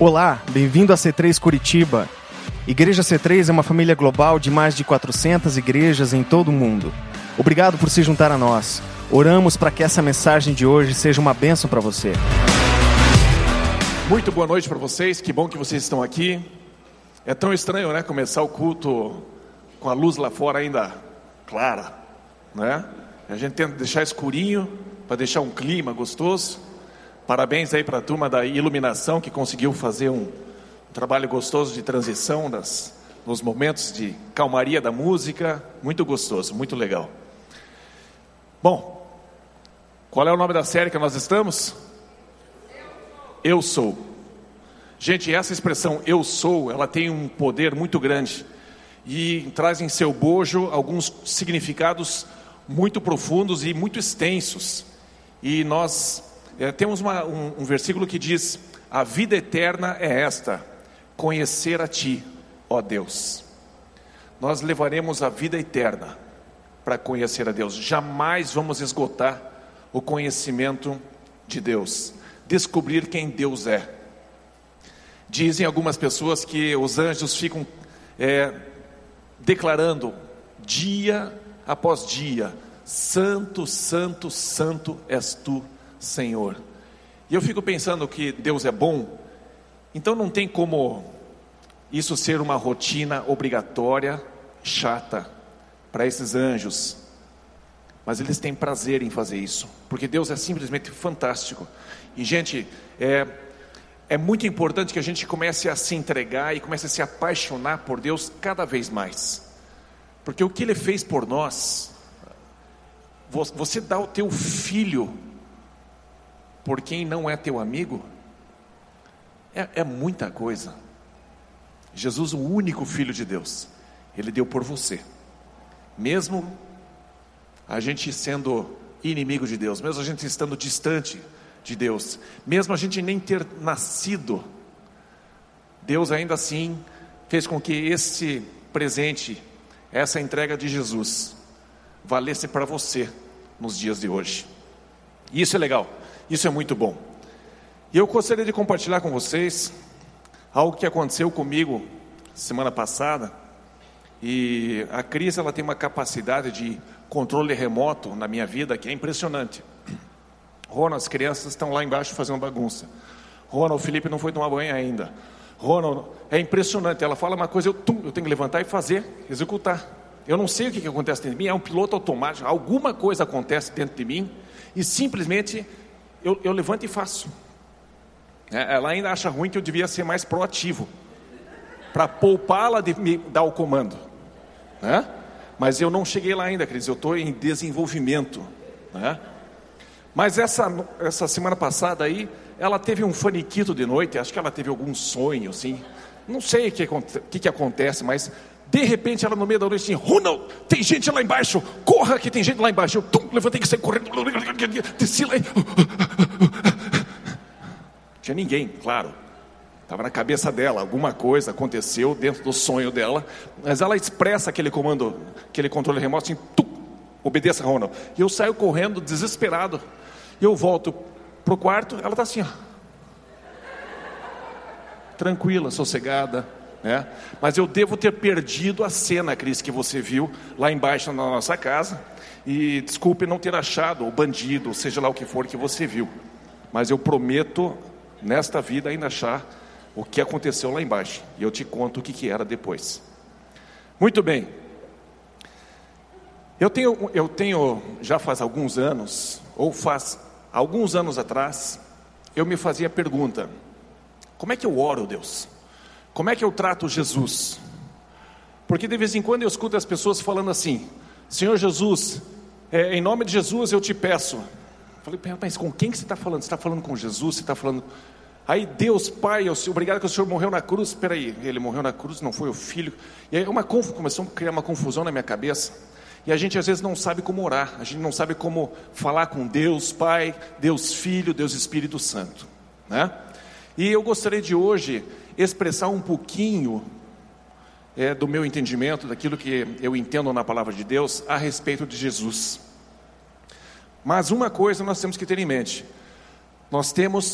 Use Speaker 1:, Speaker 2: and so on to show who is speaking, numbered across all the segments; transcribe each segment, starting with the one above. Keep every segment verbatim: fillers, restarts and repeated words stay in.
Speaker 1: Olá, bem-vindo a C três Curitiba. Igreja C três é uma família global de mais de quatrocentas igrejas em todo o mundo. Obrigado por se juntar a nós. Oramos para que essa mensagem de hoje seja uma bênção para você.
Speaker 2: Muito boa noite para vocês, que bom que vocês estão aqui. É tão estranho, né, começar o culto com a luz lá fora ainda clara, né? A gente tenta deixar escurinho para deixar um clima gostoso. Parabéns aí para a turma da iluminação que conseguiu fazer um, um trabalho gostoso de transição das, nos momentos de calmaria da música. Muito gostoso, muito legal. Bom, qual é o nome da série que nós estamos? Eu sou. Gente, essa expressão eu sou, ela tem um poder muito grande e traz em seu bojo alguns significados muito profundos e muito extensos. E nós é, temos uma, um, um versículo que diz: a vida eterna é esta, conhecer a Ti, ó Deus. Nós levaremos a vida eterna para conhecer a Deus. Jamais vamos esgotar o conhecimento de Deus, descobrir quem Deus é. Dizem algumas pessoas que os anjos ficam é, declarando dia após dia: santo, santo, santo és tu, Senhor. E eu fico pensando que Deus é bom, então não tem como isso ser uma rotina obrigatória, chata para esses anjos, mas eles têm prazer em fazer isso, porque Deus é simplesmente fantástico. E gente, é, é muito importante que a gente comece a se entregar e comece a se apaixonar por Deus cada vez mais, porque o que Ele fez por nós, você dá o teu filho por quem não é teu amigo, é, é muita coisa. Jesus, o único Filho de Deus, Ele deu por você, mesmo a gente sendo inimigo de Deus, mesmo a gente estando distante de Deus, mesmo a gente nem ter nascido, Deus ainda assim fez com que esse presente, essa entrega de Jesus, valesse para você nos dias de hoje. E isso é legal, isso é muito bom. E eu gostaria de compartilhar com vocês algo que aconteceu comigo semana passada. E a Cris, ela tem uma capacidade de controle remoto na minha vida que é impressionante. Ronald, as crianças estão lá embaixo fazendo bagunça. Ronald, o Felipe não foi tomar banho ainda. Ronald, é impressionante, ela fala uma coisa, eu, tum, eu tenho que levantar e fazer, executar. Eu não sei o que, que acontece dentro de mim, é um piloto automático, alguma coisa acontece dentro de mim e simplesmente eu, eu levanto e faço. É, ela ainda acha ruim que eu devia ser mais proativo, para poupá-la de me dar o comando, né? Mas eu não cheguei lá ainda, Cris, eu estou em desenvolvimento, né? Mas essa, essa semana passada aí, ela teve um faniquito de noite, acho que ela teve algum sonho, assim, não sei o que, que, que acontece, mas de repente ela no meio da noite assim: Ronald, tem gente lá embaixo, corra que tem gente lá embaixo. Eu tum, levantei que saí correndo, desci lá e... tinha ninguém, claro, estava na cabeça dela, alguma coisa aconteceu dentro do sonho dela, mas ela expressa aquele comando, aquele controle remoto assim: tum, obedeça, Ronald. E eu saio correndo desesperado, e eu volto pro quarto, ela está assim, ó, tranquila, sossegada, né? Mas eu devo ter perdido a cena, Cris, que você viu lá embaixo na nossa casa. E desculpe não ter achado o bandido, seja lá o que for que você viu, mas eu prometo nesta vida ainda achar o que aconteceu lá embaixo, e eu te conto o que, que era depois. Muito bem. Eu tenho, eu tenho já faz alguns anos, ou faz alguns anos atrás, eu me fazia a pergunta: como é que eu oro, Deus? Como é que eu trato Jesus? Porque de vez em quando eu escuto as pessoas falando assim: Senhor Jesus, é, em nome de Jesus eu te peço. Eu falei: mas com quem que você está falando? Você está falando com Jesus? Você está falando... Aí Deus Pai, eu, obrigado que o Senhor morreu na cruz. Espera aí, Ele morreu na cruz, não foi o Filho? E aí uma, começou a criar uma confusão na minha cabeça. E a gente às vezes não sabe como orar, a gente não sabe como falar com Deus Pai, Deus Filho, Deus Espírito Santo, né? E eu gostaria de hoje expressar um pouquinho é, do meu entendimento, daquilo que eu entendo na palavra de Deus a respeito de Jesus. Mas uma coisa nós temos que ter em mente: nós temos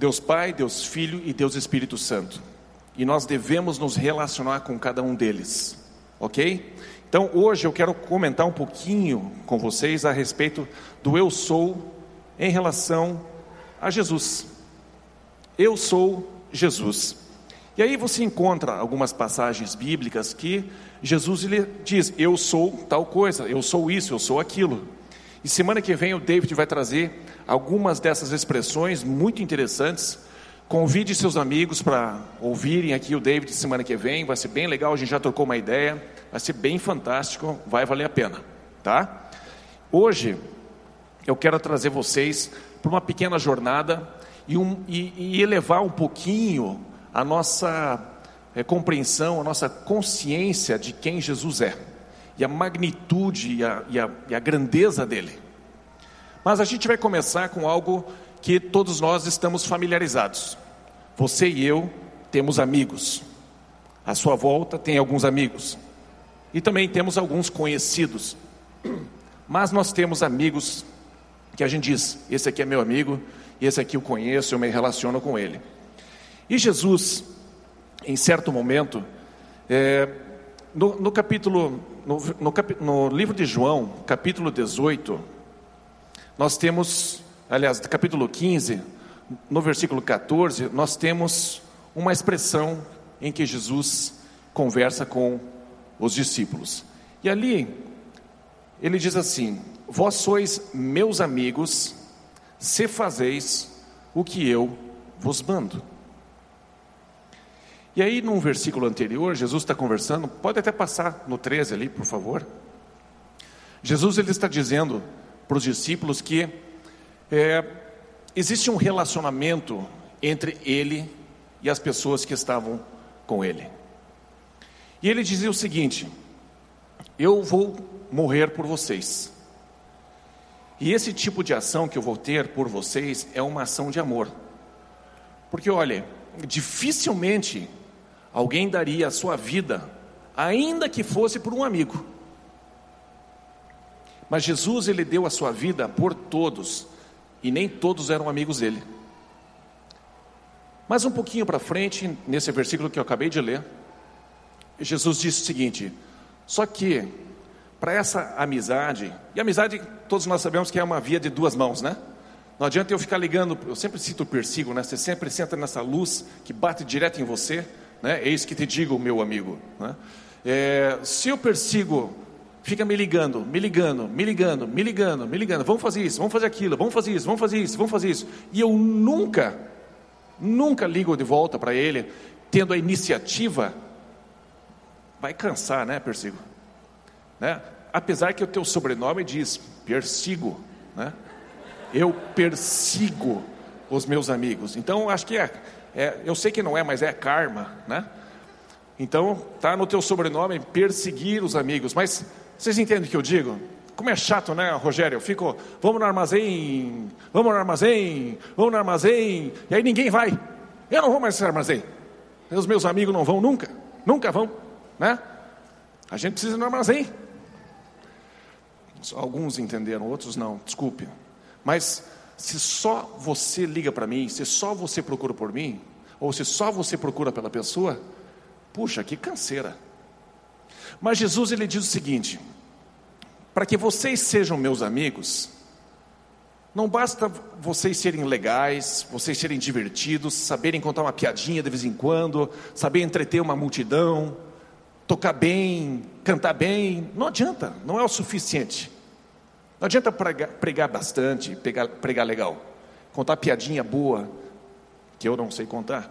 Speaker 2: Deus Pai, Deus Filho e Deus Espírito Santo. E nós devemos nos relacionar com cada um deles, ok? Então hoje eu quero comentar um pouquinho com vocês a respeito do eu sou em relação a Jesus. Eu sou Jesus. E aí você encontra algumas passagens bíblicas que Jesus ele diz, eu sou tal coisa, eu sou isso, eu sou aquilo. E semana que vem o David vai trazer algumas dessas expressões muito interessantes. Convide seus amigos para ouvirem aqui o David semana que vem, vai ser bem legal, a gente já trocou uma ideia, vai ser bem fantástico, vai valer a pena, tá? Hoje eu quero trazer vocês para uma pequena jornada e, um, e, e elevar um pouquinho a nossa é, compreensão, a nossa consciência de quem Jesus é, e a magnitude e a, e, a, e a grandeza dele. Mas a gente vai começar com algo que todos nós estamos familiarizados. Você e eu temos amigos, à sua volta tem alguns amigos, e também temos alguns conhecidos, mas nós temos amigos que a gente diz, esse aqui é meu amigo, esse aqui eu conheço, eu me relaciono com ele. E Jesus, em certo momento, é, no, no capítulo, no, no, cap, no livro de João, capítulo dezoito, nós temos, aliás, capítulo quinze, no versículo quatorze, nós temos uma expressão em que Jesus conversa com os discípulos. E ali, ele diz assim, vós sois meus amigos, se fazeis o que eu vos mando. E aí, num versículo anterior, Jesus está conversando, pode até passar no treze ali, por favor. Jesus ele está dizendo para os discípulos que é, existe um relacionamento entre ele e as pessoas que estavam com ele. E ele dizia o seguinte, eu vou morrer por vocês. E esse tipo de ação que eu vou ter por vocês é uma ação de amor. Porque olha, dificilmente alguém daria a sua vida, ainda que fosse por um amigo. Mas Jesus ele deu a sua vida por todos, e nem todos eram amigos dele. Mas um pouquinho para frente, nesse versículo que eu acabei de ler, Jesus disse o seguinte, só que para essa amizade, e amizade todos nós sabemos que é uma via de duas mãos, né? Não adianta eu ficar ligando, eu sempre cito o persigo, né? Você sempre senta nessa luz que bate direto em você, né? Eis que te digo, meu amigo, né? É, se eu persigo, fica me ligando, me ligando, me ligando, me ligando, me ligando, vamos fazer isso, vamos fazer aquilo, vamos fazer isso, vamos fazer isso, vamos fazer isso, e eu nunca, nunca ligo de volta para ele, tendo a iniciativa, vai cansar, né, persigo? Né? Apesar que o teu sobrenome diz persigo, né? Eu persigo os meus amigos. Então acho que é, é, eu sei que não é, mas é karma, né? Então tá no teu sobrenome perseguir os amigos. Mas vocês entendem o que eu digo? Como é chato, né, Rogério? Eu fico, vamos no armazém, vamos no armazém, vamos no armazém, e aí ninguém vai. Eu não vou mais nesse armazém. Os meus amigos não vão nunca, nunca vão, né? A gente precisa ir no armazém. Alguns entenderam, outros não, desculpe. Mas se só você liga para mim, se só você procura por mim, ou se só você procura pela pessoa, puxa, que canseira. Mas Jesus ele diz o seguinte, para que vocês sejam meus amigos, não basta vocês serem legais, vocês serem divertidos, saberem contar uma piadinha de vez em quando, saber entreter uma multidão, tocar bem, cantar bem, não adianta, não é o suficiente. Não adianta pregar, pregar bastante, pregar, pregar legal, contar piadinha boa, que eu não sei contar.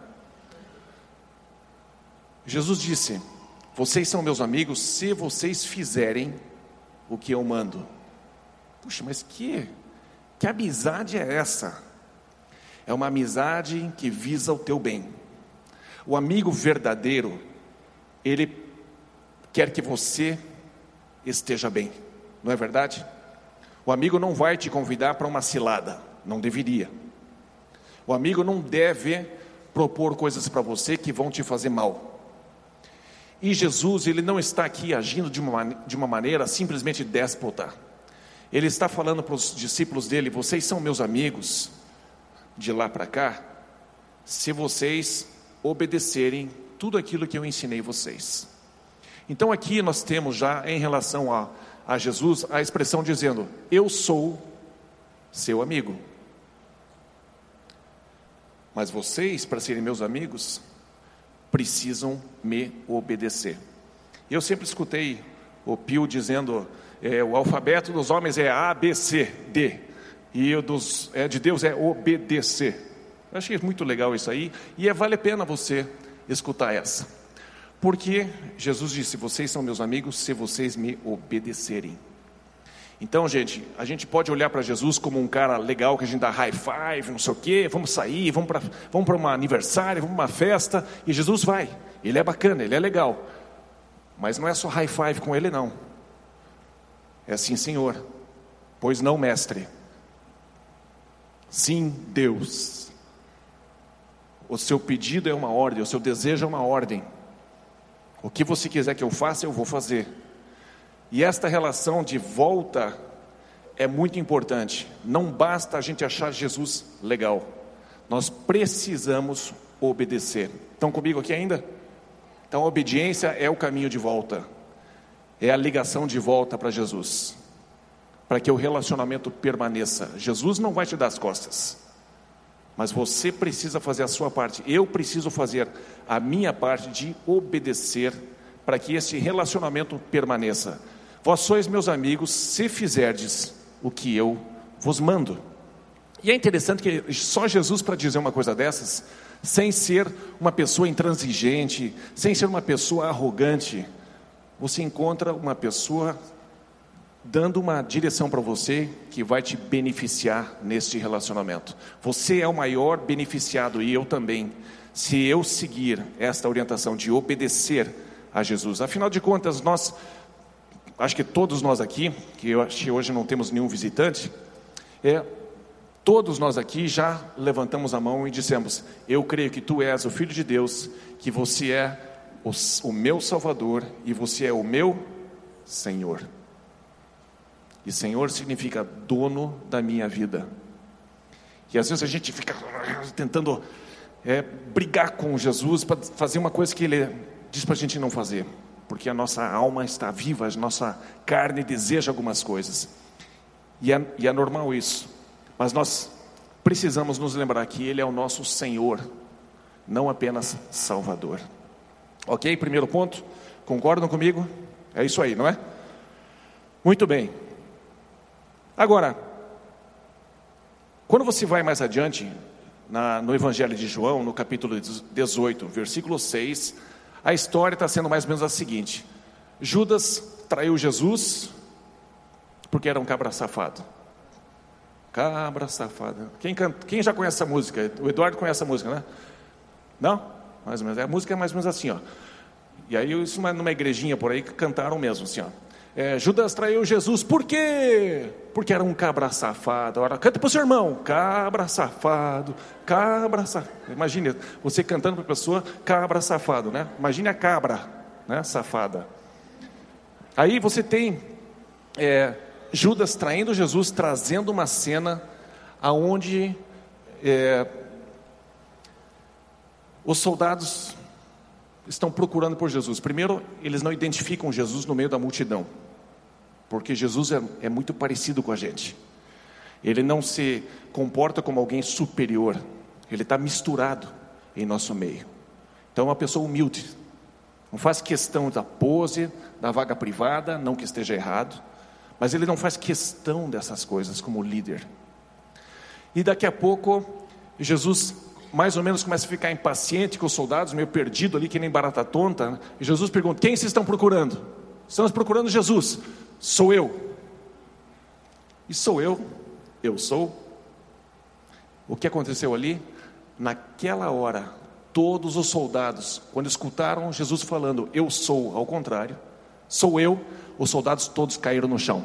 Speaker 2: Jesus disse, vocês são meus amigos se vocês fizerem o que eu mando. Puxa, mas que, que amizade é essa? É uma amizade que visa o teu bem. O amigo verdadeiro, ele quer que você esteja bem, não é verdade? O amigo não vai te convidar para uma cilada, não deveria. O amigo não deve propor coisas para você que vão te fazer mal. E Jesus, ele não está aqui agindo de uma, de uma maneira simplesmente déspota. Ele está falando para os discípulos dele, vocês são meus amigos, de lá para cá, se vocês obedecerem tudo aquilo que eu ensinei vocês. Então aqui nós temos já em relação a, a Jesus a expressão dizendo: eu sou seu amigo. Mas vocês, para serem meus amigos, precisam me obedecer. Eu sempre escutei o Pio dizendo, é, o alfabeto dos homens é A, B, C, D, e o dos, é, de Deus é obedecer. Eu achei muito legal isso aí, e é, vale a pena você escutar essa, porque Jesus disse: vocês são meus amigos se vocês me obedecerem. Então, gente, a gente pode olhar para Jesus como um cara legal, que a gente dá high five, não sei o quê, vamos sair, vamos para vamos para um aniversário, vamos para uma festa, e Jesus vai, ele é bacana, ele é legal, mas não é só high five com ele não, é assim: Senhor, pois não, mestre, sim, Deus, o seu pedido é uma ordem, o seu desejo é uma ordem, o que você quiser que eu faça, eu vou fazer. E esta relação de volta é muito importante. Não basta a gente achar Jesus legal, nós precisamos obedecer. Estão comigo aqui ainda? Então a obediência é o caminho de volta, é a ligação de volta para Jesus, para que o relacionamento permaneça. Jesus não vai te dar as costas, mas você precisa fazer a sua parte. Eu preciso fazer a minha parte de obedecer, para que esse relacionamento permaneça. Vós sois meus amigos se fizerdes o que eu vos mando. E é interessante que só Jesus, para dizer uma coisa dessas, sem ser uma pessoa intransigente, sem ser uma pessoa arrogante, você encontra uma pessoa dando uma direção para você que vai te beneficiar neste relacionamento. Você é o maior beneficiado, e eu também, se eu seguir esta orientação de obedecer a Jesus. Afinal de contas, nós, acho que todos nós aqui, que eu acho que hoje não temos nenhum visitante, é, todos nós aqui já levantamos a mão e dissemos: eu creio que tu és o Filho de Deus, que você é o, o meu Salvador e você é o meu Senhor. E Senhor significa dono da minha vida. E às vezes a gente fica tentando é, brigar com Jesus para fazer uma coisa que Ele diz para a gente não fazer, porque a nossa alma está viva, a nossa carne deseja algumas coisas, e é, e é normal isso, mas nós precisamos nos lembrar que Ele é o nosso Senhor, não apenas Salvador. Ok? Primeiro ponto, concordam comigo? É isso aí, não é? Muito bem. Agora, quando você vai mais adiante na, no Evangelho de João, no capítulo dezoito, versículo seis, a história está sendo mais ou menos a seguinte: Judas traiu Jesus porque era um cabra safado. Cabra safado. Quem, canta, quem já conhece essa música? O Eduardo conhece essa música, né? Não? Mais ou menos. A música é mais ou menos assim, ó. E aí, isso numa igrejinha por aí que cantaram mesmo, assim, ó. É, Judas traiu Jesus, por quê? Porque era um cabra safado. Agora canta para o seu irmão: cabra safado, cabra safado. Imagine você cantando para a pessoa: cabra safado, né? Imagine a cabra, né? Safada. Aí você tem é, Judas traindo Jesus, trazendo uma cena aonde é, os soldados estão procurando por Jesus. Primeiro, eles não identificam Jesus no meio da multidão, porque Jesus é, é muito parecido com a gente. Ele não se comporta como alguém superior, ele está misturado em nosso meio. Então é uma pessoa humilde, não faz questão da pose, da vaga privada, não que esteja errado, mas ele não faz questão dessas coisas como líder. E daqui a pouco Jesus mais ou menos começa a ficar impaciente com os soldados, meio perdido ali, que nem barata tonta, né? E Jesus pergunta: quem vocês estão procurando? Estamos procurando Jesus. Sou eu. E sou eu, eu sou. O que aconteceu ali? Naquela hora, todos os soldados, quando escutaram Jesus falando eu sou, ao contrário, sou eu, os soldados todos caíram no chão.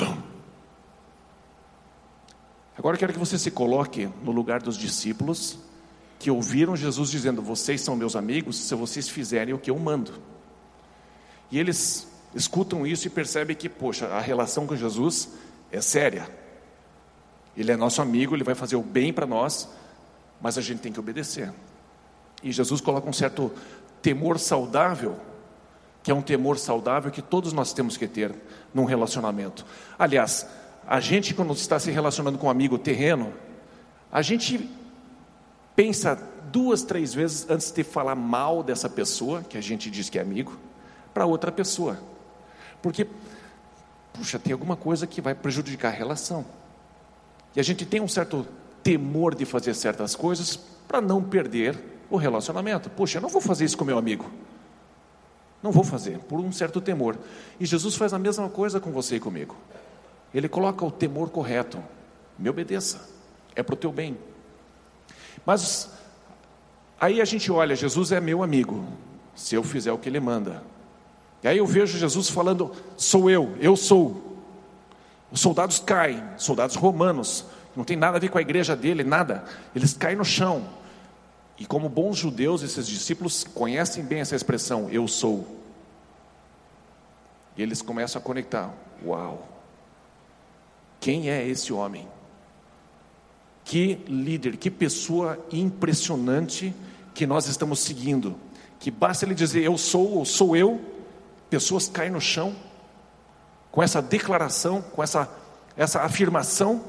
Speaker 2: Agora eu quero que você se coloque no lugar dos discípulos que ouviram Jesus dizendo: vocês são meus amigos se vocês fizerem o que eu mando. E eles escutam isso e percebem que, poxa, a relação com Jesus é séria. Ele é nosso amigo, ele vai fazer o bem para nós, mas a gente tem que obedecer. E Jesus coloca um certo temor saudável, que é um temor saudável que todos nós temos que ter num relacionamento. Aliás, a gente, quando está se relacionando com um amigo terreno, a gente pensa duas, três vezes antes de falar mal dessa pessoa, que a gente diz que é amigo, para outra pessoa. Porque, puxa, tem alguma coisa que vai prejudicar a relação. E a gente tem um certo temor de fazer certas coisas para não perder o relacionamento. Puxa, eu não vou fazer isso com meu amigo. Não vou fazer, por um certo temor. E Jesus faz a mesma coisa com você e comigo. Ele coloca o temor correto. Me obedeça, é para o teu bem. Mas aí a gente olha, Jesus é meu amigo, se eu fizer o que Ele manda. E aí eu vejo Jesus falando, sou eu, eu sou. Os soldados caem, soldados romanos, não tem nada a ver com a igreja dele, nada. Eles caem no chão. E como bons judeus, esses discípulos conhecem bem essa expressão, eu sou. E eles começam a conectar. Uau! Quem é esse homem? Que líder, que pessoa impressionante que nós estamos seguindo. Que basta ele dizer, eu sou, ou sou eu, pessoas caem no chão, com essa declaração, com essa, essa afirmação.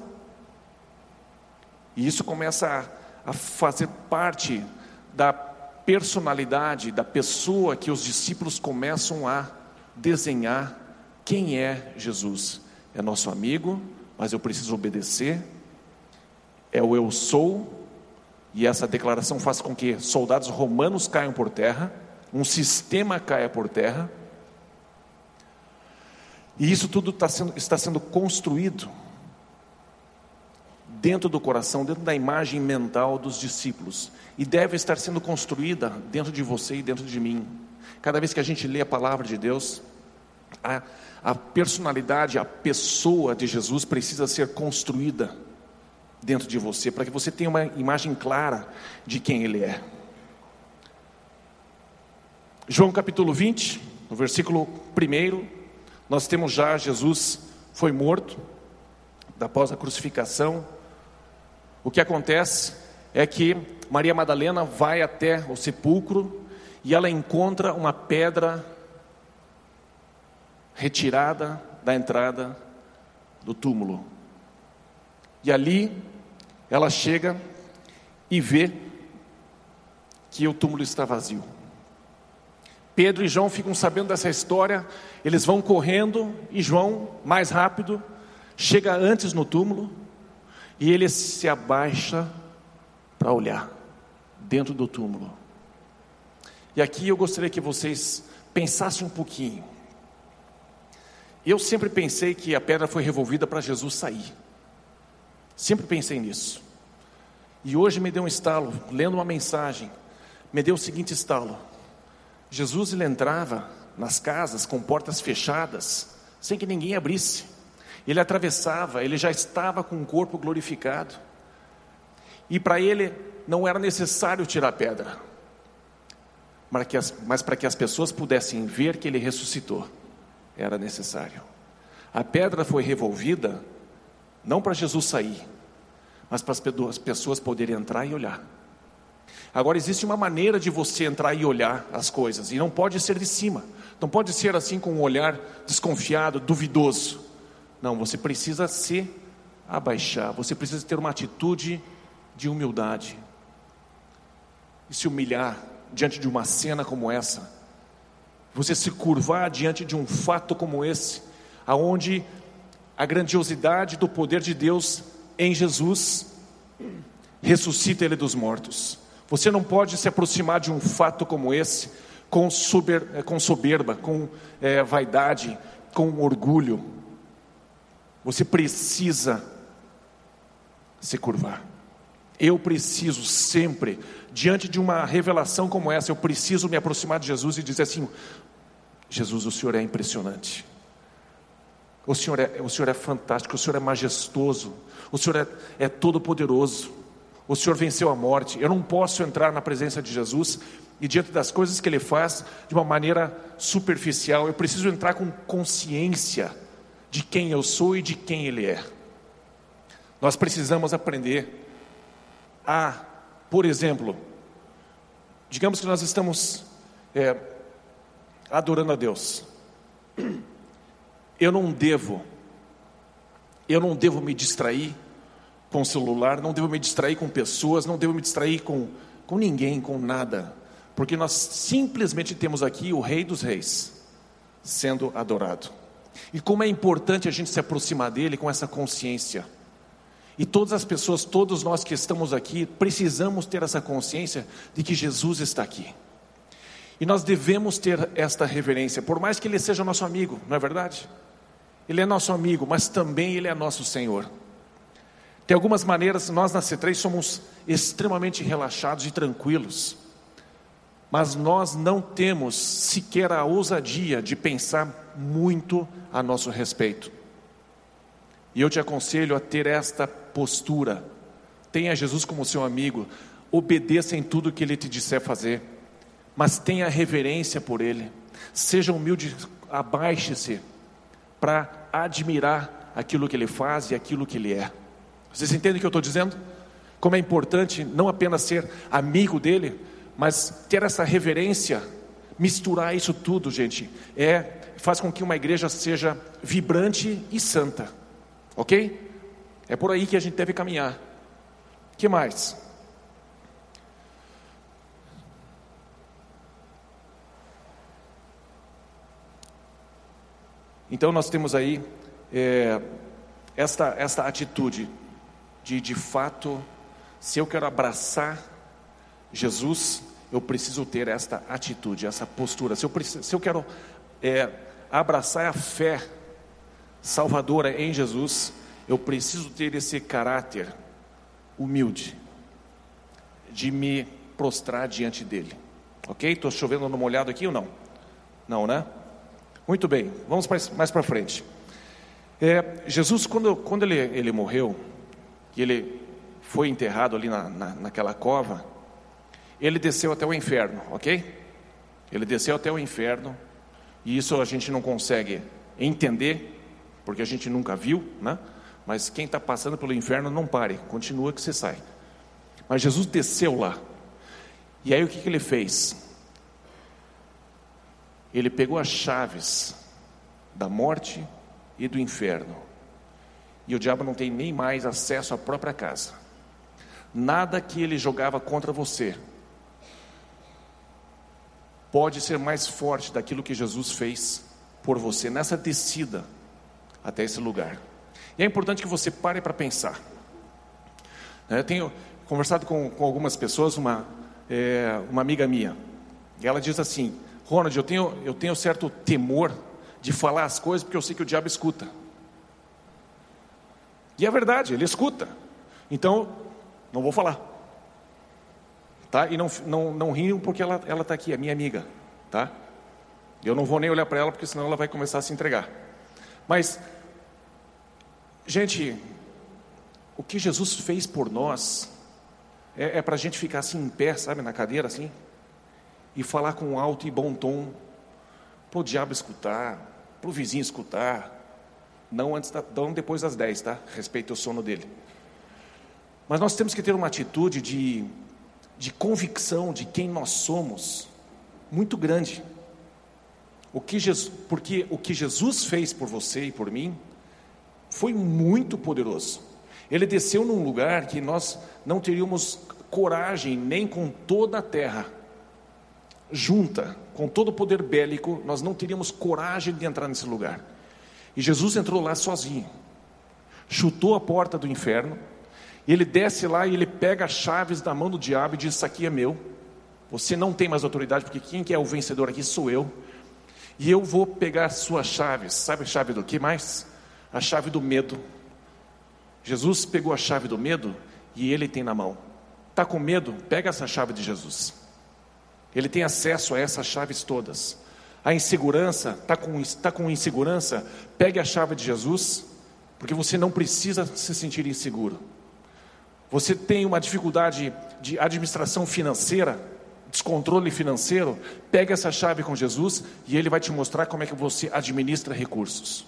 Speaker 2: E isso começa a, a fazer parte da personalidade da pessoa que os discípulos começam a desenhar. Quem é Jesus? É nosso amigo, mas eu preciso obedecer. É o eu sou. E essa declaração faz com que soldados romanos caiam por terra, um sistema caia por terra. E isso tudo está sendo, está sendo construído dentro do coração, dentro da imagem mental dos discípulos. E deve estar sendo construída dentro de você e dentro de mim. Cada vez que a gente lê a palavra de Deus, a, a personalidade, a pessoa de Jesus precisa ser construída dentro de você, para que você tenha uma imagem clara de quem Ele é. João capítulo vinte, no versículo um, nós temos já Jesus foi morto, após a crucificação. O que acontece é que Maria Madalena vai até o sepulcro e ela encontra uma pedra retirada da entrada do túmulo. E ali ela chega e vê que o túmulo está vazio. Pedro e João ficam sabendo dessa história, eles vão correndo e João, mais rápido, chega antes no túmulo e ele se abaixa para olhar dentro do túmulo. E aqui eu gostaria que vocês pensassem um pouquinho. Eu sempre pensei que a pedra foi revolvida para Jesus sair. Sempre pensei nisso. E hoje me deu um estalo, lendo uma mensagem, me deu o seguinte estalo. Jesus, ele entrava nas casas com portas fechadas, sem que ninguém abrisse. Ele atravessava, ele já estava com o corpo glorificado. E para ele não era necessário tirar a pedra, mas, que as, mas para que as pessoas pudessem ver que ele ressuscitou, era necessário. A pedra foi revolvida, não para Jesus sair, mas para as pessoas poderem entrar e olhar. Agora existe uma maneira de você entrar e olhar as coisas, e não pode ser de cima, não pode ser assim com um olhar desconfiado, duvidoso. Não, você precisa se abaixar, você precisa ter uma atitude de humildade, e se humilhar diante de uma cena como essa, você se curvar diante de um fato como esse, aonde a grandiosidade do poder de Deus em Jesus ressuscita Ele dos mortos. Você não pode se aproximar de um fato como esse com, sober, com soberba, com é, vaidade, com orgulho. Você precisa se curvar. Eu preciso sempre, diante de uma revelação como essa, eu preciso me aproximar de Jesus e dizer assim: Jesus, o Senhor é impressionante. O Senhor é, o Senhor é fantástico, o Senhor é majestoso, o Senhor é, é todo poderoso, o Senhor venceu a morte. Eu não posso entrar na presença de Jesus e diante das coisas que Ele faz de uma maneira superficial. Eu preciso entrar com consciência de quem eu sou e de quem Ele é. Nós precisamos aprender a Por exemplo, digamos que nós estamos é, adorando a Deus. Eu não devo, eu não devo me distrair com o celular, não devo me distrair com pessoas, não devo me distrair com, com ninguém, com nada, porque nós simplesmente temos aqui o Rei dos Reis sendo adorado. E como é importante a gente se aproximar dele com essa consciência. E todas as pessoas, todos nós que estamos aqui, precisamos ter essa consciência de que Jesus está aqui. E nós devemos ter esta reverência, por mais que Ele seja nosso amigo, não é verdade? Ele é nosso amigo, mas também Ele é nosso Senhor. Tem algumas maneiras, nós na C três somos extremamente relaxados e tranquilos, mas nós não temos sequer a ousadia de pensar muito a nosso respeito. E eu te aconselho a ter esta postura. Tenha Jesus como seu amigo, obedeça em tudo que Ele te disser fazer, mas tenha reverência por Ele, seja humilde, abaixe-se para admirar aquilo que Ele faz e aquilo que Ele é. Vocês entendem o que eu estou dizendo? Como é importante não apenas ser amigo dEle, mas ter essa reverência, misturar isso tudo, gente, é, faz com que uma igreja seja vibrante e santa, ok? É por aí que a gente deve caminhar. O que mais? Então nós temos aí é, esta, esta atitude de de fato, se eu quero abraçar Jesus, eu preciso ter esta atitude, essa postura. Se eu, preciso, se eu quero é, abraçar a fé salvadora em Jesus, eu preciso ter esse caráter humilde, de me prostrar diante dele, ok? Estou chovendo no molhado aqui ou não? Não, né? Muito bem, vamos mais, mais para frente. É, Jesus, quando, quando ele, ele morreu, e ele foi enterrado ali na, na, naquela cova, ele desceu até o inferno, ok? Ele desceu até o inferno, e isso a gente não consegue entender, porque a gente nunca viu, né? Mas quem está passando pelo inferno, não pare, continua que você sai. Mas Jesus desceu lá, e aí o que, que ele fez? Ele pegou as chaves da morte e do inferno, e o diabo não tem nem mais acesso à própria casa. Nada que ele jogava contra você pode ser mais forte daquilo que Jesus fez por você nessa descida até esse lugar. E é importante que você pare para pensar. Eu tenho conversado com, com algumas pessoas, uma, é, uma amiga minha, e ela diz assim: Ronald, eu tenho, eu tenho certo temor de falar as coisas, porque eu sei que o diabo escuta. E é verdade, ele escuta. Então, não vou falar, tá? E não, não, não riam porque ela está aqui, é minha amiga, tá? Eu não vou nem olhar para ela, porque senão ela vai começar a se entregar. Mas, gente, o que Jesus fez por nós é, é para a gente ficar assim em pé, sabe, na cadeira assim, e falar com alto e bom tom, para o diabo escutar, para o vizinho escutar, não, antes da, não depois das dez, tá? Respeite o sono dele. Mas nós temos que ter uma atitude de, de convicção de quem nós somos, muito grande. O que Jesus, porque o que Jesus fez por você e por mim foi muito poderoso. Ele desceu num lugar que nós não teríamos coragem, nem com toda a terra junta, com todo o poder bélico, nós não teríamos coragem de entrar nesse lugar. E Jesus entrou lá sozinho, chutou a porta do inferno, e ele desce lá e ele pega as chaves da mão do diabo e diz: isso aqui é meu, você não tem mais autoridade, porque quem que é o vencedor aqui sou eu, e eu vou pegar suas chaves. Sabe a chave do que mais? A chave do medo. Jesus pegou a chave do medo e ele tem na mão. Está com medo? Pega essa chave de Jesus. Ele tem acesso a essas chaves todas. A insegurança, está com, tá com insegurança? Pegue a chave de Jesus, porque você não precisa se sentir inseguro. Você tem uma dificuldade de administração financeira, descontrole financeiro? Pegue essa chave com Jesus e Ele vai te mostrar como é que você administra recursos.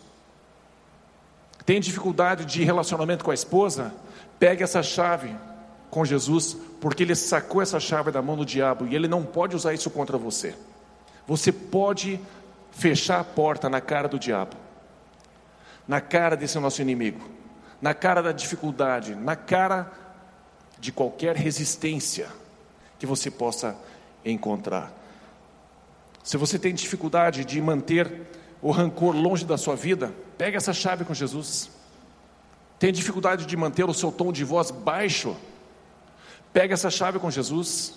Speaker 2: Tem dificuldade de relacionamento com a esposa? Pegue essa chave com Jesus, porque ele sacou essa chave da mão do diabo e ele não pode usar isso contra você. Você pode fechar a porta na cara do diabo, na cara desse nosso inimigo, na cara da dificuldade, na cara de qualquer resistência que você possa encontrar. Se você tem dificuldade de manter o rancor longe da sua vida, pega essa chave com Jesus. Tem dificuldade de manter o seu tom de voz baixo, pega essa chave com Jesus.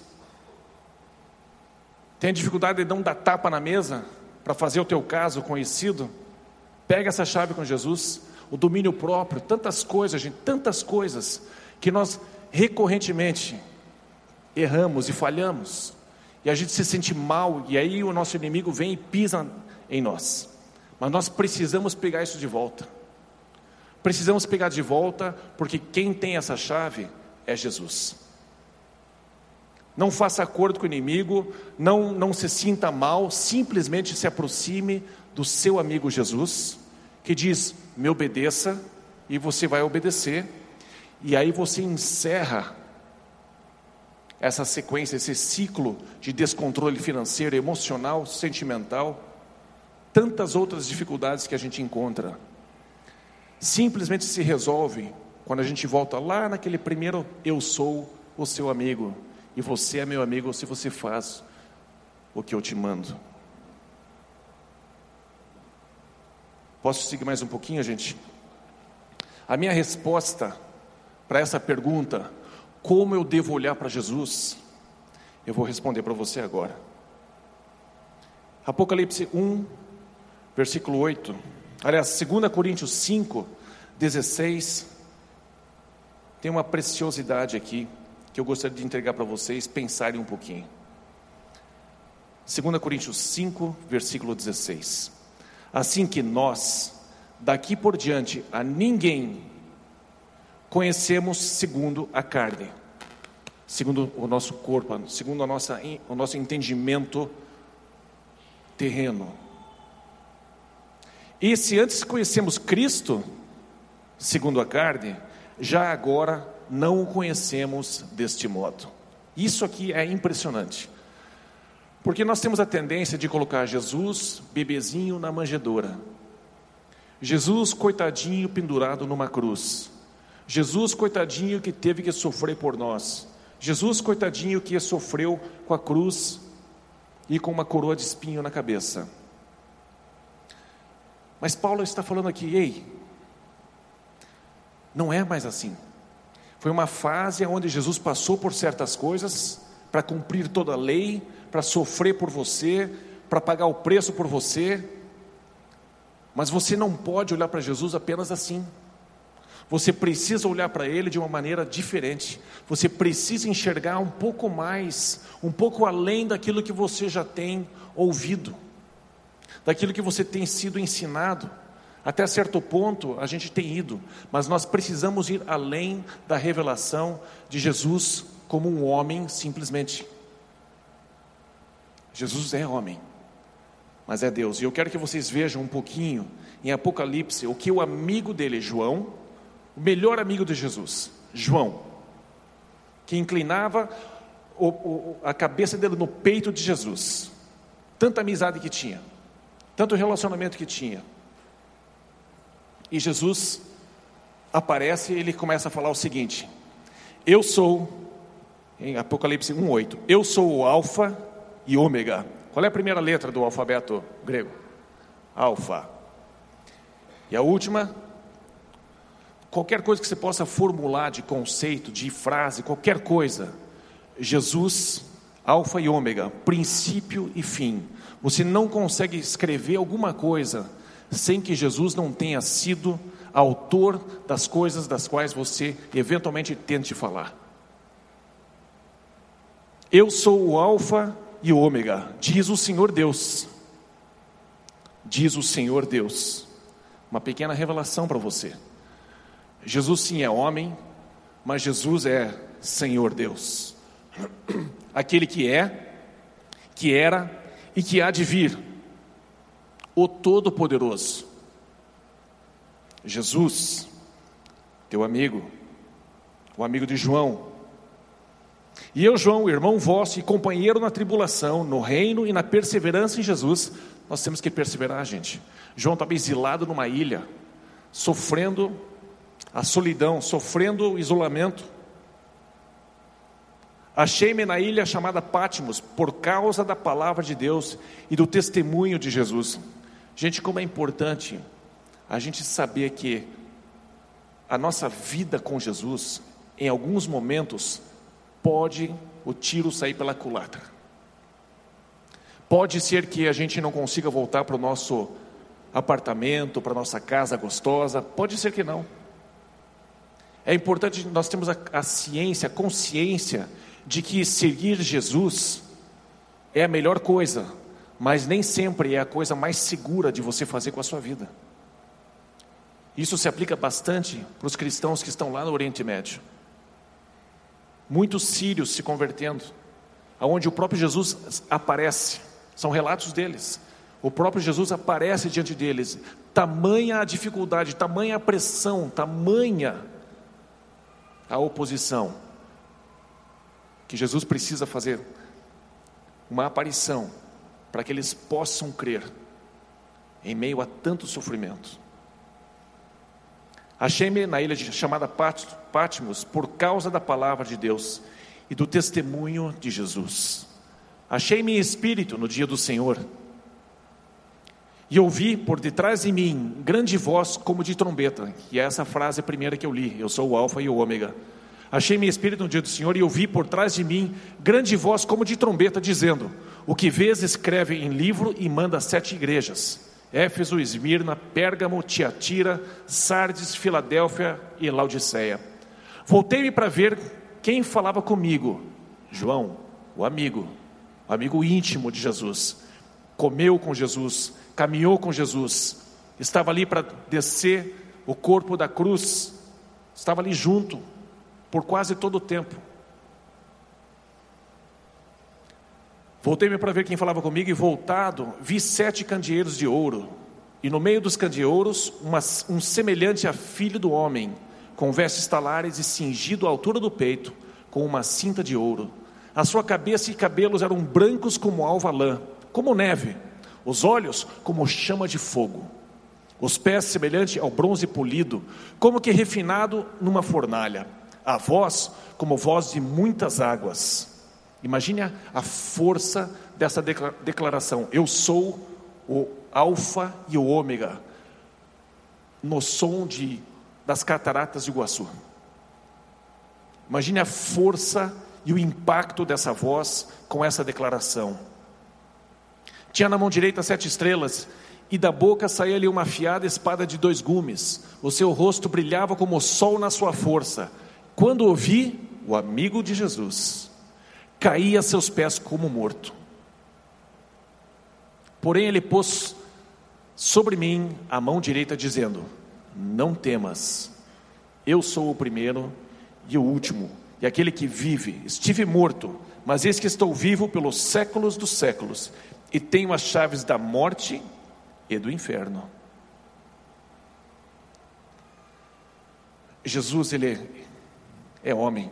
Speaker 2: Tem dificuldade de não dar tapa na mesa para fazer o teu caso conhecido, pega essa chave com Jesus. O domínio próprio, tantas coisas, gente, tantas coisas que nós recorrentemente erramos e falhamos, e a gente se sente mal, e aí o nosso inimigo vem e pisa em nós. Mas nós precisamos pegar isso de volta. Precisamos pegar de volta, porque quem tem essa chave é Jesus. Não faça acordo com o inimigo, não, não se sinta mal, simplesmente se aproxime do seu amigo Jesus, que diz: me obedeça, e você vai obedecer, e aí você encerra essa sequência, esse ciclo de descontrole financeiro, emocional, sentimental, tantas outras dificuldades que a gente encontra. Simplesmente se resolve quando a gente volta lá naquele primeiro: eu sou o seu amigo, e você é meu amigo se você faz o que eu te mando. Posso seguir mais um pouquinho, gente? A minha resposta para essa pergunta, como eu devo olhar para Jesus, eu vou responder para você agora. Apocalipse um, versículo oito, aliás, dois Coríntios cinco, dezesseis, tem uma preciosidade aqui, que eu gostaria de entregar para vocês pensarem um pouquinho. dois Coríntios cinco, versículo dezesseis, assim que nós, daqui por diante, a ninguém conhecemos segundo a carne, segundo o nosso corpo, segundo a nossa, o nosso entendimento terreno. E se antes conhecemos Cristo, segundo a carne, já agora não o conhecemos deste modo. Isso aqui é impressionante, porque nós temos a tendência de colocar Jesus, bebezinho, na manjedoura, Jesus, coitadinho, pendurado numa cruz, Jesus, coitadinho, que teve que sofrer por nós, Jesus, coitadinho, que sofreu com a cruz e com uma coroa de espinho na cabeça. Mas Paulo está falando aqui: ei, não é mais assim. Foi uma fase onde Jesus passou por certas coisas para cumprir toda a lei, para sofrer por você, para pagar o preço por você. Mas você não pode olhar para Jesus apenas assim. Você precisa olhar para Ele de uma maneira diferente. Você precisa enxergar um pouco mais, um pouco além daquilo que você já tem ouvido, daquilo que você tem sido ensinado. Até certo ponto a gente tem ido, mas nós precisamos ir além da revelação de Jesus como um homem simplesmente. Jesus é homem, mas é Deus. E eu quero que vocês vejam um pouquinho em Apocalipse o que o amigo dele, João, o melhor amigo de Jesus, João, que inclinava o, o, a cabeça dele no peito de Jesus, tanta amizade que tinha, tanto relacionamento que tinha. E Jesus aparece e ele começa a falar o seguinte: eu sou, em Apocalipse um, oito, eu sou o Alfa e Ômega. Qual é a primeira letra do alfabeto grego? Alfa. E a última, qualquer coisa que você possa formular de conceito, de frase, qualquer coisa, Jesus, Alfa e Ômega, princípio e fim. Você não consegue escrever alguma coisa sem que Jesus não tenha sido autor das coisas das quais você eventualmente tente falar. Eu sou o Alfa e o Ômega, diz o Senhor Deus. Diz o Senhor Deus. Uma pequena revelação para você. Jesus sim é homem, mas Jesus é Senhor Deus. Aquele que é, que era e que há de vir. O Todo-Poderoso. Jesus, teu amigo, o amigo de João, E eu, João, irmão vosso e companheiro na tribulação, no reino e na perseverança em Jesus. Nós temos que perseverar, gente. João estava exilado numa ilha, sofrendo a solidão, sofrendo o isolamento. Achei-me na ilha chamada Patmos, por causa da palavra de Deus e do testemunho de Jesus. Gente, como é importante a gente saber que a nossa vida com Jesus, em alguns momentos, pode o tiro sair pela culatra. Pode ser que a gente não consiga voltar para o nosso apartamento, para a nossa casa gostosa, pode ser que não. É importante nós termos a, a ciência, a consciência de que seguir Jesus é a melhor coisa, mas nem sempre é a coisa mais segura de você fazer com a sua vida. Isso se aplica bastante para os cristãos que estão lá no Oriente Médio. Muitos sírios se convertendo, aonde o próprio Jesus aparece, são relatos deles. O próprio Jesus aparece diante deles. Tamanha a dificuldade, tamanha a pressão, tamanha a oposição, que Jesus precisa fazer uma aparição para que eles possam crer em meio a tanto sofrimento. Achei-me na ilha chamada Patmos por causa da palavra de Deus e do testemunho de Jesus. Achei-me em espírito no dia do Senhor e ouvi por detrás de mim grande voz como de trombeta. E é essa frase primeira que eu li: eu sou o alfa e o ômega. Achei-me em espírito no dia do Senhor e ouvi por trás de mim grande voz como de trombeta, dizendo: o que vês escreve em livro e manda sete igrejas: Éfeso, Esmirna, Pérgamo, Tiatira, Sardes, Filadélfia e Laodiceia. Voltei-me para ver quem falava comigo. João, o amigo, o amigo íntimo de Jesus, comeu com Jesus, caminhou com Jesus, estava ali para descer o corpo da cruz, estava ali junto por quase todo o tempo. Voltei-me para ver quem falava comigo, e voltado, vi sete candeeiros de ouro, e no meio dos candeeiros, uma, um semelhante a filho do homem, com vestes talares e cingido à altura do peito, com uma cinta de ouro. A sua cabeça e cabelos eram brancos como alva lã, como neve, os olhos como chama de fogo, os pés semelhante ao bronze polido, como que refinado numa fornalha, a voz como voz de muitas águas. Imagine a, a força dessa declaração: eu sou o alfa e o ômega, no som de, das cataratas de Iguaçu. Imagine a força e o impacto dessa voz com essa declaração. Tinha na mão direita sete estrelas, e da boca saía-lhe uma afiada espada de dois gumes. O seu rosto brilhava como o sol na sua força. Quando ouvi, o amigo de Jesus caí a seus pés como morto. Porém ele pôs sobre mim a mão direita, dizendo: não temas, eu sou o primeiro e o último, e aquele que vive. Estive morto, mas eis que estou vivo pelos séculos dos séculos, e tenho as chaves da morte e do inferno. Jesus, ele é homem.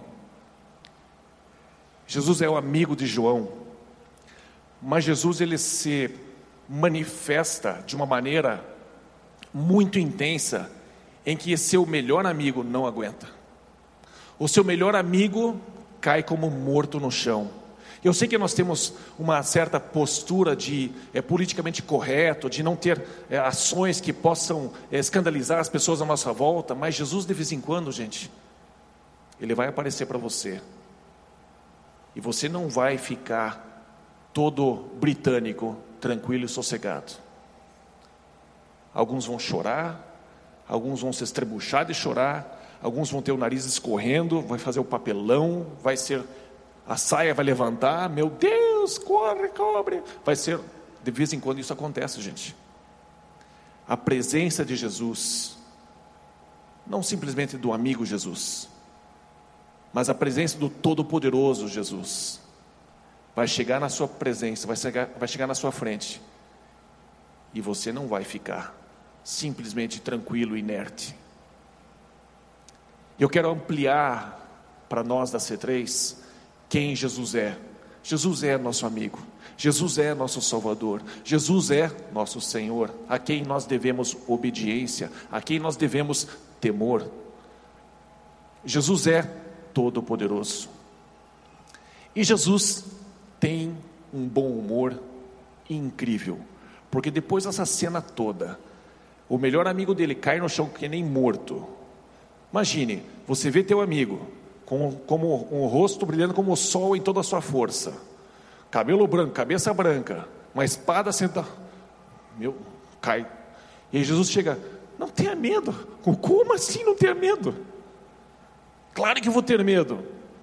Speaker 2: Jesus é o amigo de João, mas Jesus, ele se manifesta de uma maneira muito intensa, em que seu melhor amigo não aguenta. O seu melhor amigo cai como morto no chão. Eu sei que nós temos uma certa postura de é, politicamente correto, de não ter é, ações que possam é, escandalizar as pessoas à nossa volta, mas Jesus, de vez em quando, gente, ele vai aparecer para você, e você não vai ficar todo britânico, tranquilo e sossegado. Alguns vão chorar, alguns vão se estrebuchar de chorar, alguns vão ter o nariz escorrendo, vai fazer o papelão, vai ser, a saia vai levantar, meu Deus, corre, cobre. Vai ser, de vez em quando isso acontece, gente. A presença de Jesus, não simplesmente do amigo Jesus, mas a presença do Todo-Poderoso Jesus, vai chegar na sua presença, vai chegar, vai chegar na sua frente, e você não vai ficar simplesmente tranquilo, inerte. Eu quero ampliar para nós da C três quem Jesus é. Jesus é nosso amigo, Jesus é nosso Salvador, Jesus é nosso Senhor, a quem nós devemos obediência, a quem nós devemos temor. Jesus é todo-poderoso. E Jesus tem um bom humor incrível, porque depois dessa cena toda, o melhor amigo dele cai no chão que nem morto. Imagine, você vê teu amigo com, como um rosto brilhando como o sol em toda a sua força, cabelo branco, cabeça branca, uma espada senta, meu, cai. E aí Jesus chega, não tenha medo. Como assim não tenha medo? Claro que eu vou ter medo.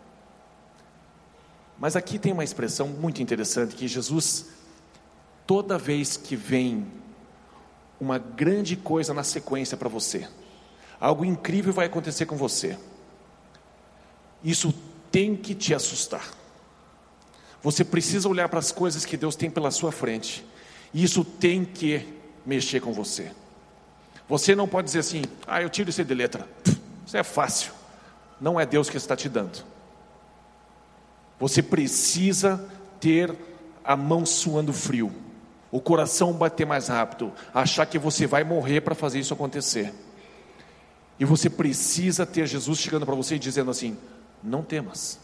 Speaker 2: Mas aqui tem uma expressão muito interessante, que Jesus, toda vez que vem uma grande coisa na sequência para você, algo incrível vai acontecer com você, isso tem que te assustar. Você precisa olhar para as coisas que Deus tem pela sua frente, e isso tem que mexer com você. Você não pode dizer assim, ah, eu tiro isso de letra, isso é fácil. Não é Deus que está te dando. Você precisa ter a mão suando frio, o coração bater mais rápido, achar que você vai morrer para fazer isso acontecer. E você precisa ter Jesus chegando para você e dizendo assim, não temas,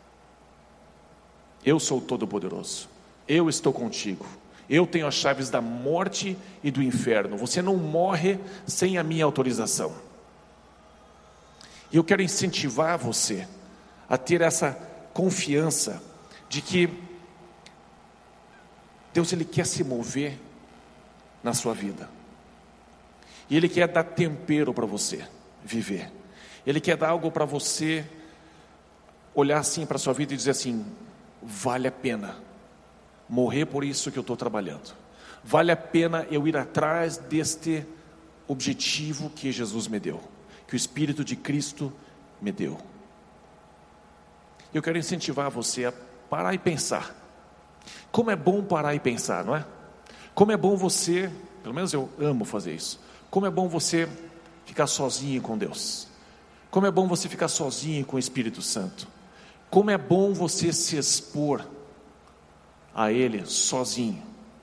Speaker 2: eu sou todo-poderoso, eu estou contigo, eu tenho as chaves da morte e do inferno, você não morre sem a minha autorização. E eu quero incentivar você a ter essa confiança de que Deus, Ele quer se mover na sua vida, e Ele quer dar tempero para você viver, Ele quer dar algo para você olhar assim para a sua vida e dizer assim, vale a pena morrer por isso que eu estou trabalhando, vale a pena eu ir atrás deste objetivo que Jesus me deu, que o Espírito de Cristo me deu. Eu quero incentivar você a parar e pensar. Como é bom parar e pensar, não é? Como é bom você, pelo menos eu amo fazer isso, como é bom você ficar sozinho com Deus, como é bom você ficar sozinho com o Espírito Santo, como é bom você se expor a Ele sozinho,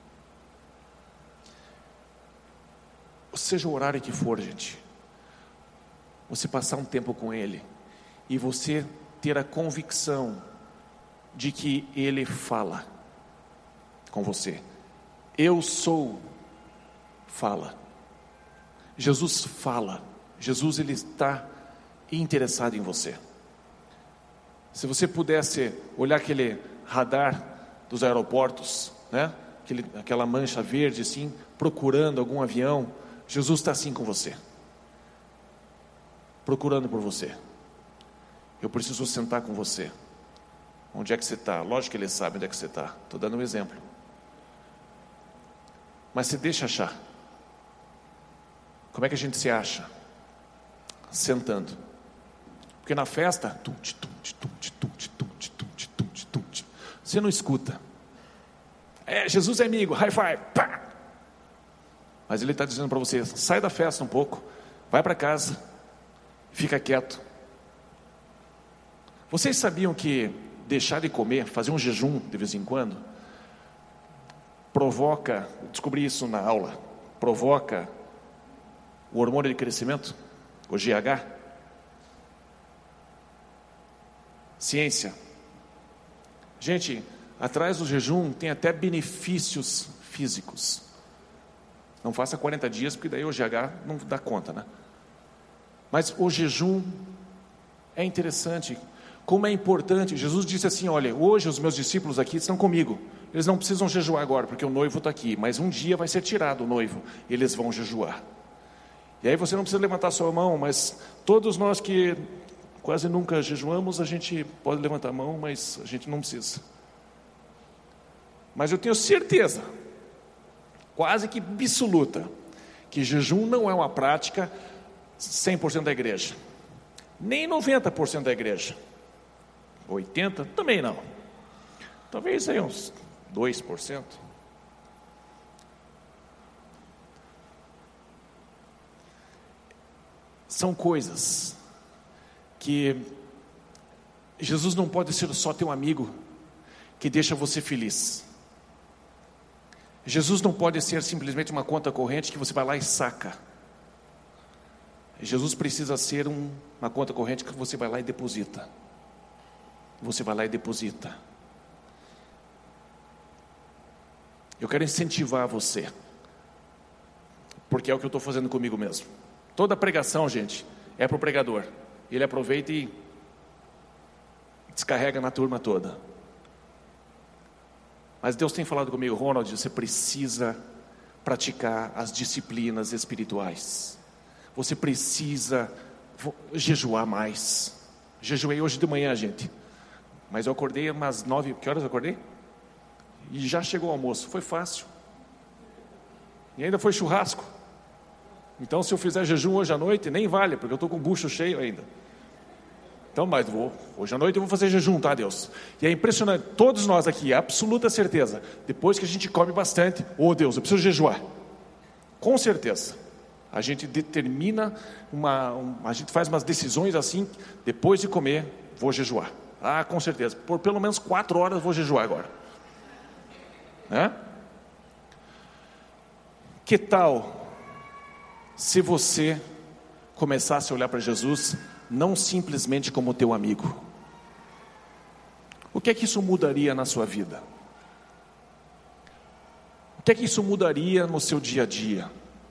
Speaker 2: seja o horário que for, gente, você passar um tempo com Ele, e você ter a convicção de que Ele fala com você. Eu sou, fala. Jesus fala. Jesus, Ele está interessado em você. Se você pudesse olhar aquele radar dos aeroportos, né? Aquele, aquela mancha verde assim, procurando algum avião, Jesus está assim com você, procurando por você. Eu preciso sentar com você. Onde é que você está? Lógico que Ele sabe onde é que você está. Estou dando um exemplo. Mas se deixa achar. Como é que a gente se acha? Sentando. Porque na festa, você não escuta. É, Jesus é amigo, high five, pá! Mas Ele está dizendo para você, sai da festa um pouco, vai para casa, fica quieto. Vocês sabiam que deixar de comer, fazer um jejum de vez em quando, provoca, descobri isso na aula, provoca o hormônio de crescimento, o G H? Ciência. Gente, atrás do jejum tem até benefícios físicos. Não faça quarenta dias, porque daí o G H não dá conta, né? Mas o jejum é interessante. Como é importante, Jesus disse assim, olha, hoje os meus discípulos aqui estão comigo, eles não precisam jejuar agora, porque o noivo está aqui, mas um dia vai ser tirado o noivo, eles vão jejuar. E aí você não precisa levantar sua mão, mas todos nós que quase nunca jejuamos, a gente pode levantar a mão, mas a gente não precisa. Mas eu tenho certeza, quase que absoluta, que jejum não é uma prática cem por cento da igreja, nem noventa por cento da igreja. oitenta por cento também não, talvez aí uns dois por cento. São coisas que Jesus não pode ser só teu amigo que deixa você feliz. Jesus não pode ser simplesmente uma conta corrente que você vai lá e saca. Jesus precisa ser um, uma conta corrente que você vai lá e deposita. Você vai lá e deposita. Eu quero incentivar você, porque é o que eu estou fazendo comigo mesmo. Toda pregação, gente, é para o pregador. Ele aproveita e descarrega na turma toda. Mas Deus tem falado comigo: Ronald, você precisa praticar as disciplinas espirituais. Você precisa jejuar mais. Jejuei hoje de manhã, gente. Mas eu acordei umas nove, que horas eu acordei? E já chegou o almoço, foi fácil. E ainda foi churrasco. Então se eu fizer jejum hoje à noite, nem vale, porque eu estou com o bucho cheio ainda. Então, mas vou, hoje à noite eu vou fazer jejum, tá, Deus? E é impressionante, todos nós aqui, absoluta certeza, depois que a gente come bastante, oh Deus, eu preciso jejuar. Com certeza. A gente determina, uma, um, a gente faz umas decisões assim, depois de comer, vou jejuar. Ah, com certeza, por pelo menos quatro horas vou jejuar agora. Né? Que tal se você começasse a olhar para Jesus não simplesmente como teu amigo? O que é que isso mudaria na sua vida? O que é que isso mudaria no seu dia a dia?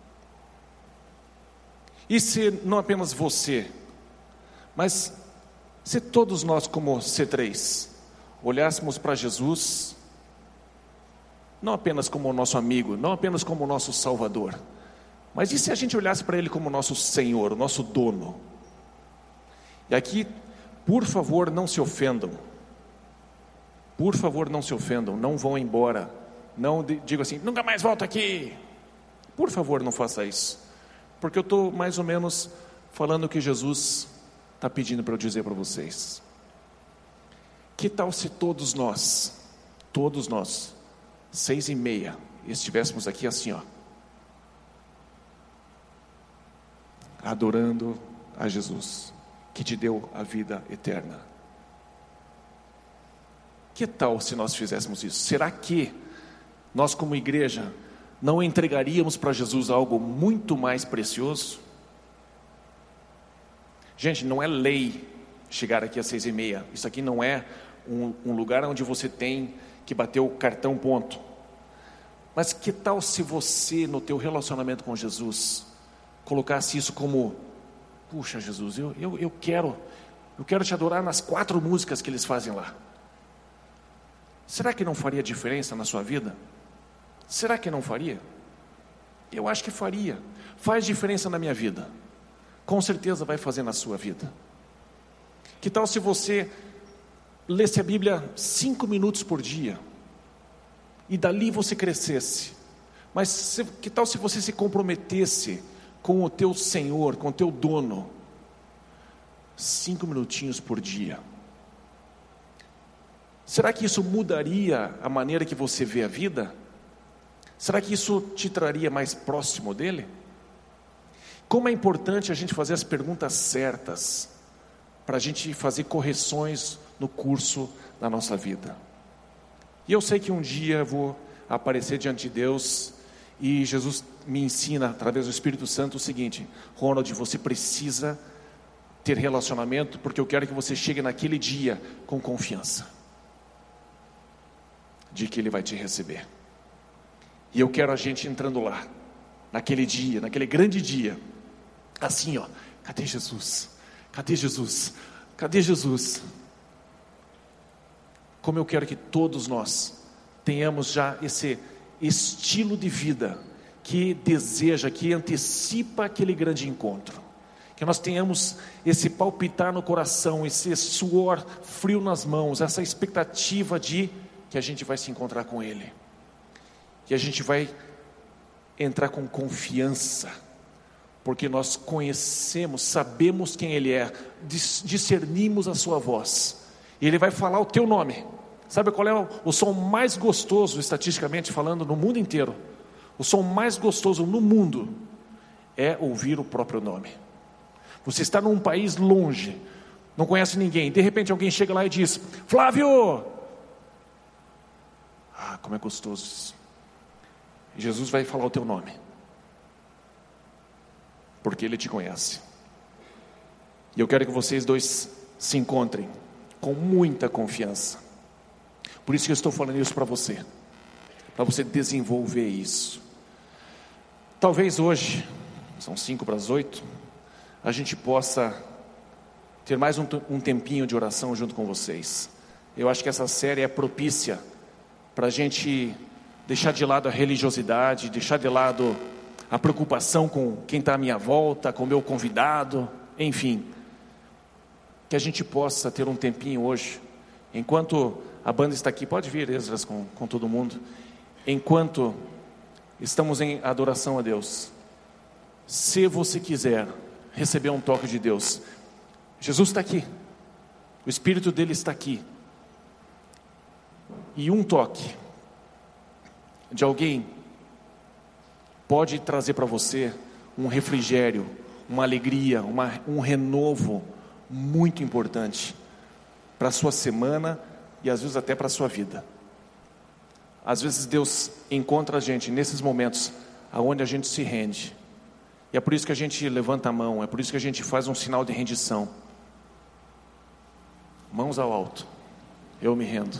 Speaker 2: E se não apenas você, mas se todos nós como C três olhássemos para Jesus não apenas como o nosso amigo, não apenas como o nosso Salvador, mas e se a gente olhasse para Ele como o nosso Senhor, o nosso dono? E aqui, por favor, não se ofendam. Por favor, não se ofendam, não vão embora. Não digo assim, nunca mais volto aqui. Por favor, não faça isso. Porque eu estou mais ou menos falando o que Jesus está pedindo para eu dizer para vocês. Que tal se todos nós, todos nós, seis e meia, estivéssemos aqui assim, ó, adorando a Jesus, que te deu a vida eterna. Que tal se nós fizéssemos isso? Será que nós como igreja não entregaríamos para Jesus algo muito mais precioso? Gente, não é lei chegar aqui às seis e meia. Isso aqui não é um, um lugar onde você tem que bater o cartão ponto. Mas que tal se você, no teu relacionamento com Jesus, colocasse isso como: puxa Jesus, eu, eu, eu quero eu quero te adorar nas quatro músicas que eles fazem lá. Será que não faria diferença na sua vida? Será que não faria? Eu acho que faria. Faz diferença na minha vida. Com certeza vai fazer na sua vida. Que tal se você lesse a Bíblia cinco minutos por dia e dali você crescesse? Mas se, que tal se você se comprometesse com o teu Senhor, com o teu dono, cinco minutinhos por dia? Será que isso mudaria a maneira que você vê a vida? Será que isso te traria mais próximo dele? Como é importante a gente fazer as perguntas certas, para a gente fazer correções no curso da nossa vida. E eu sei que um dia eu vou aparecer diante de Deus e Jesus me ensina através do Espírito Santo o seguinte: Ronald, você precisa ter relacionamento, porque eu quero que você chegue naquele dia com confiança de que Ele vai te receber. E eu quero a gente entrando lá, naquele dia, naquele grande dia, assim ó, cadê Jesus? Cadê Jesus? Cadê Jesus? Como eu quero que todos nós tenhamos já esse estilo de vida que deseja, que antecipa aquele grande encontro. Que nós tenhamos esse palpitar no coração, esse suor frio nas mãos, essa expectativa de que a gente vai se encontrar com Ele. Que a gente vai entrar com confiança, porque nós conhecemos, sabemos quem Ele é, discernimos a sua voz, e Ele vai falar o teu nome. Sabe qual é o, o som mais gostoso, estatisticamente falando, no mundo inteiro? O som mais gostoso no mundo é ouvir o próprio nome. Você está num país longe, não conhece ninguém. De repente alguém chega lá e diz: Flávio! Ah, como é gostoso isso. Jesus vai falar o teu nome, porque Ele te conhece. E eu quero que vocês dois se encontrem com muita confiança. Por isso que eu estou falando isso para você, para você desenvolver isso. Talvez hoje, são cinco para as oito, a gente possa ter mais um, um tempinho de oração junto com vocês. Eu acho que essa série é propícia para a gente deixar de lado a religiosidade, deixar de lado a preocupação com quem está à minha volta, com o meu convidado, enfim. Que a gente possa ter um tempinho hoje, enquanto a banda está aqui, pode vir, Esdras, com, com todo mundo, enquanto estamos em adoração a Deus. Se você quiser receber um toque de Deus, Jesus está aqui, o Espírito dele está aqui, e um toque de alguém pode trazer para você um refrigério, uma alegria, uma, um renovo muito importante para a sua semana e às vezes até para a sua vida. Às vezes Deus encontra a gente nesses momentos onde a gente se rende, e é por isso que a gente levanta a mão, é por isso que a gente faz um sinal de rendição. Mãos ao alto, eu me rendo.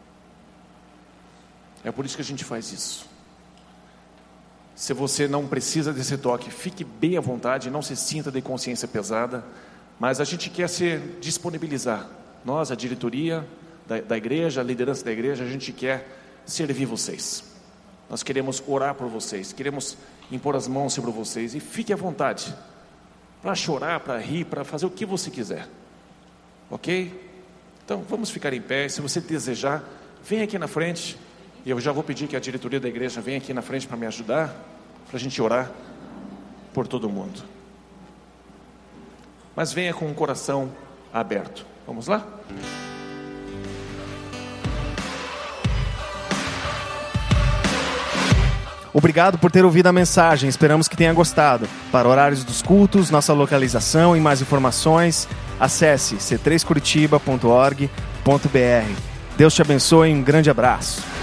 Speaker 2: É por isso que a gente faz isso. Se você não precisa desse toque, fique bem à vontade, não se sinta de consciência pesada, mas a gente quer se disponibilizar. Nós, a diretoria da, da igreja, a liderança da igreja, a gente quer servir vocês. Nós queremos orar por vocês, queremos impor as mãos sobre vocês, e fique à vontade para chorar, para rir, para fazer o que você quiser. Ok? Então vamos ficar em pé. Se você desejar, vem aqui na frente, e eu já vou pedir que a diretoria da igreja venha aqui na frente para me ajudar, para a gente orar por todo mundo. Mas venha com o coração aberto. Vamos lá?
Speaker 1: Obrigado por ter ouvido a mensagem, esperamos que tenha gostado. Para horários dos cultos, nossa localização e mais informações, acesse c três curitiba ponto org ponto b r. Deus te abençoe e um grande abraço.